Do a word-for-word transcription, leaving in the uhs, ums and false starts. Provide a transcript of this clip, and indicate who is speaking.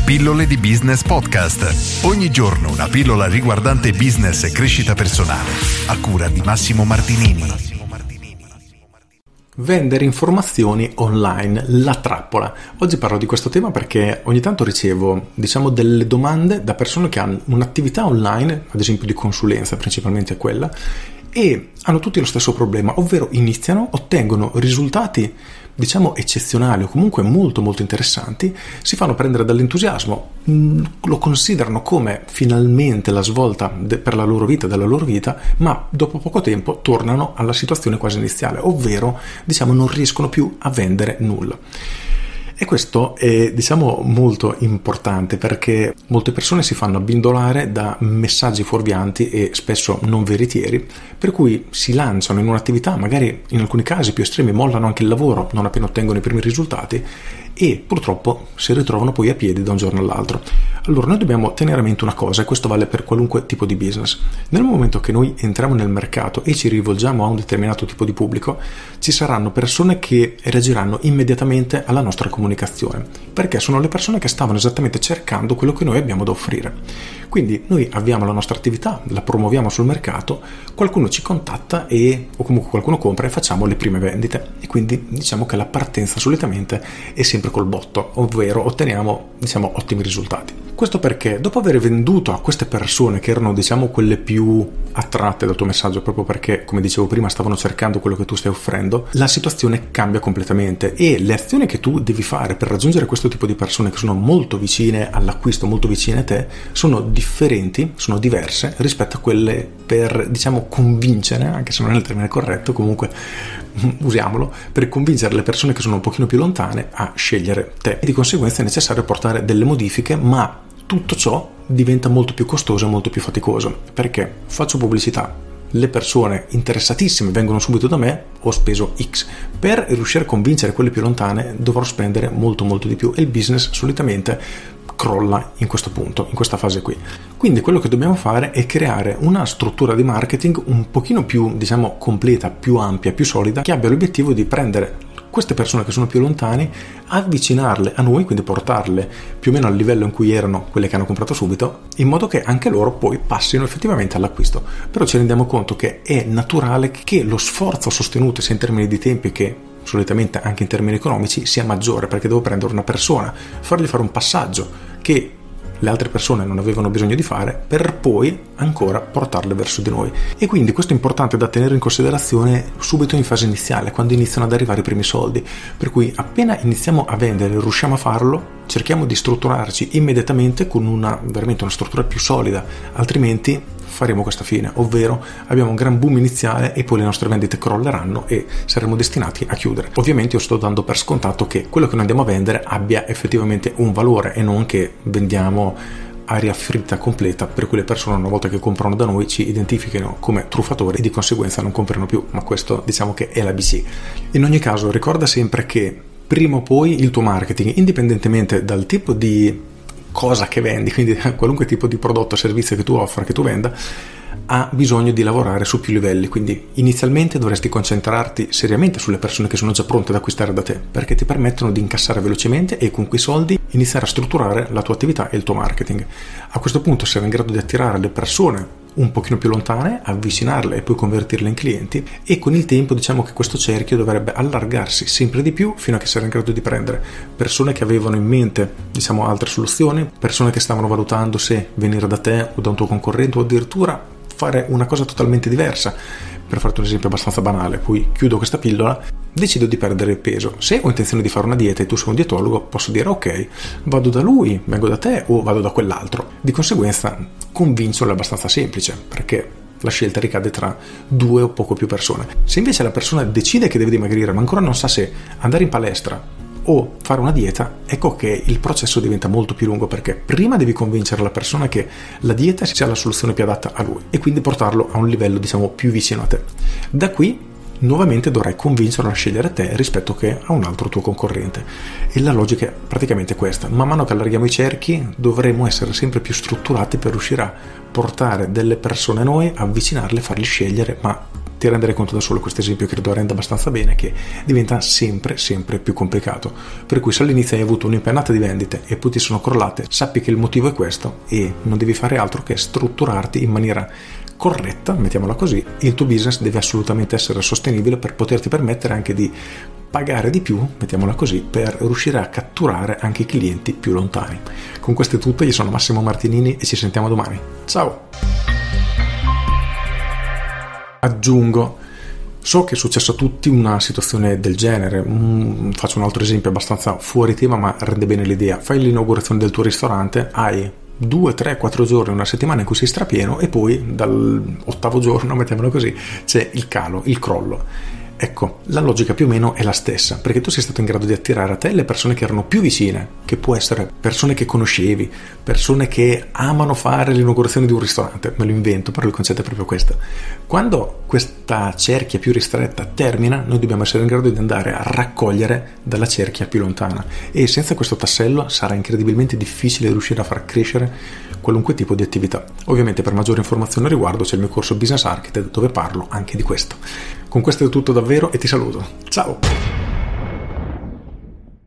Speaker 1: Pillole di Business Podcast. Ogni giorno una pillola riguardante business e crescita personale. A cura di Massimo Martinini.
Speaker 2: Vendere informazioni online, la trappola. Oggi parlo di questo tema perché ogni tanto ricevo, diciamo, delle domande da persone che hanno un'attività online, ad esempio di consulenza, principalmente quella, e hanno tutti lo stesso problema, ovvero iniziano, ottengono risultati diciamo eccezionali o comunque molto molto interessanti, si fanno prendere dall'entusiasmo, lo considerano come finalmente la svolta de- per la loro vita, della loro vita, ma dopo poco tempo tornano alla situazione quasi iniziale, ovvero diciamo non riescono più a vendere nulla. E questo è diciamo molto importante perché molte persone si fanno abbindolare da messaggi fuorvianti e spesso non veritieri, per cui si lanciano in un'attività, magari in alcuni casi più estremi mollano anche il lavoro non appena ottengono i primi risultati e purtroppo si ritrovano poi a piedi da un giorno all'altro. Allora noi dobbiamo tenere a mente una cosa, e questo vale per qualunque tipo di business. Nel momento che noi entriamo nel mercato e ci rivolgiamo a un determinato tipo di pubblico, ci saranno persone che reagiranno immediatamente alla nostra comunicazione, perché sono le persone che stavano esattamente cercando quello che noi abbiamo da offrire. Quindi noi avviamo la nostra attività, la promuoviamo sul mercato, qualcuno ci contatta e o comunque qualcuno compra e facciamo le prime vendite, e quindi diciamo che la partenza solitamente è sempre col botto, ovvero otteniamo diciamo ottimi risultati. Questo perché dopo aver venduto a queste persone che erano diciamo quelle più attratte dal tuo messaggio, proprio perché come dicevo prima stavano cercando quello che tu stai offrendo, la situazione cambia completamente e le azioni che tu devi fare per raggiungere questo tipo di persone che sono molto vicine all'acquisto, molto vicine a te, sono differenti, sono diverse rispetto a quelle per diciamo convincere, anche se non è il termine corretto, comunque usiamolo, per convincere le persone che sono un pochino più lontane a scegliere te. E di conseguenza è necessario portare delle modifiche, ma tutto ciò diventa molto più costoso e molto più faticoso, perché faccio pubblicità, le persone interessatissime vengono subito da me, ho speso X, per riuscire a convincere quelle più lontane dovrò spendere molto molto di più e il business solitamente crolla in questo punto, in questa fase qui. Quindi quello che dobbiamo fare è creare una struttura di marketing un pochino più diciamo completa, più ampia, più solida, che abbia l'obiettivo di prendere queste persone che sono più lontane, avvicinarle a noi, quindi portarle più o meno al livello in cui erano quelle che hanno comprato subito, in modo che anche loro poi passino effettivamente all'acquisto. Però ci rendiamo conto che è naturale che lo sforzo sostenuto sia in termini di tempi che solitamente anche in termini economici sia maggiore, perché devo prendere una persona, fargli fare un passaggio che le altre persone non avevano bisogno di fare per poi ancora portarle verso di noi. E quindi questo è importante da tenere in considerazione subito in fase iniziale, quando iniziano ad arrivare i primi soldi, per cui appena iniziamo a vendere e riusciamo a farlo, cerchiamo di strutturarci immediatamente con una veramente una struttura più solida, altrimenti faremo questa fine, ovvero abbiamo un gran boom iniziale e poi le nostre vendite crolleranno e saremo destinati a chiudere. Ovviamente io sto dando per scontato che quello che noi andiamo a vendere abbia effettivamente un valore e non che vendiamo aria fritta completa, per cui le persone una volta che comprano da noi ci identificano come truffatori e di conseguenza non comprano più, ma questo diciamo che è l'A B C. In ogni caso ricorda sempre che prima o poi il tuo marketing, indipendentemente dal tipo di cosa che vendi, quindi qualunque tipo di prodotto o servizio che tu offra, che tu venda, ha bisogno di lavorare su più livelli. Quindi inizialmente dovresti concentrarti seriamente sulle persone che sono già pronte ad acquistare da te, perché ti permettono di incassare velocemente e con quei soldi iniziare a strutturare la tua attività e il tuo marketing. A questo punto sarai in grado di attirare le persone un pochino più lontane, avvicinarle e poi convertirle in clienti, e con il tempo diciamo che questo cerchio dovrebbe allargarsi sempre di più fino a che sarai in grado di prendere persone che avevano in mente diciamo altre soluzioni, persone che stavano valutando se venire da te o da un tuo concorrente o addirittura fare una cosa totalmente diversa. Per farti un esempio abbastanza banale, poi chiudo questa pillola, decido di perdere peso. Se ho intenzione di fare una dieta e tu sei un dietologo, posso dire ok, vado da lui, vengo da te o vado da quell'altro. Di conseguenza convincerlo è abbastanza semplice, perché la scelta ricade tra due o poco più persone. Se invece la persona decide che deve dimagrire ma ancora non sa se andare in palestra o fare una dieta, ecco che il processo diventa molto più lungo, perché prima devi convincere la persona che la dieta sia la soluzione più adatta a lui e quindi portarlo a un livello diciamo più vicino a te. Da qui nuovamente dovrai convincerlo a scegliere te rispetto che a un altro tuo concorrente. E la logica è praticamente questa: man mano che allarghiamo i cerchi dovremo essere sempre più strutturati per riuscire a portare delle persone a noi, avvicinarle, farli scegliere, ma ti renderai conto da solo, questo esempio credo renda abbastanza bene, che diventa sempre sempre più complicato. Per cui se all'inizio hai avuto un'impennata di vendite e poi ti sono crollate, sappi che il motivo è questo e non devi fare altro che strutturarti in maniera corretta, mettiamola così. Il tuo business deve assolutamente essere sostenibile per poterti permettere anche di pagare di più, mettiamola così, per riuscire a catturare anche i clienti più lontani. Con questo è tutto, io sono Massimo Martinini e ci sentiamo domani. Ciao! Aggiungo, so che è successo a tutti una situazione del genere. Mm, faccio un altro esempio abbastanza fuori tema ma rende bene l'idea. Fai l'inaugurazione del tuo ristorante, hai due, tre, quattro giorni, una settimana in cui sei strapieno e poi dall'ottavo giorno, mettiamolo così, c'è il calo, il crollo. Ecco, la logica più o meno è la stessa, perché tu sei stato in grado di attirare a te le persone che erano più vicine, che può essere persone che conoscevi, persone che amano fare l'inaugurazione di un ristorante, me lo invento, però il concetto è proprio questo. Quando questa cerchia più ristretta termina, noi dobbiamo essere in grado di andare a raccogliere dalla cerchia più lontana, e senza questo tassello sarà incredibilmente difficile riuscire a far crescere qualunque tipo di attività. Ovviamente per maggiore informazione al riguardo c'è il mio corso Business Architect, dove parlo anche di questo. Con questo è tutto davvero e ti saluto. Ciao!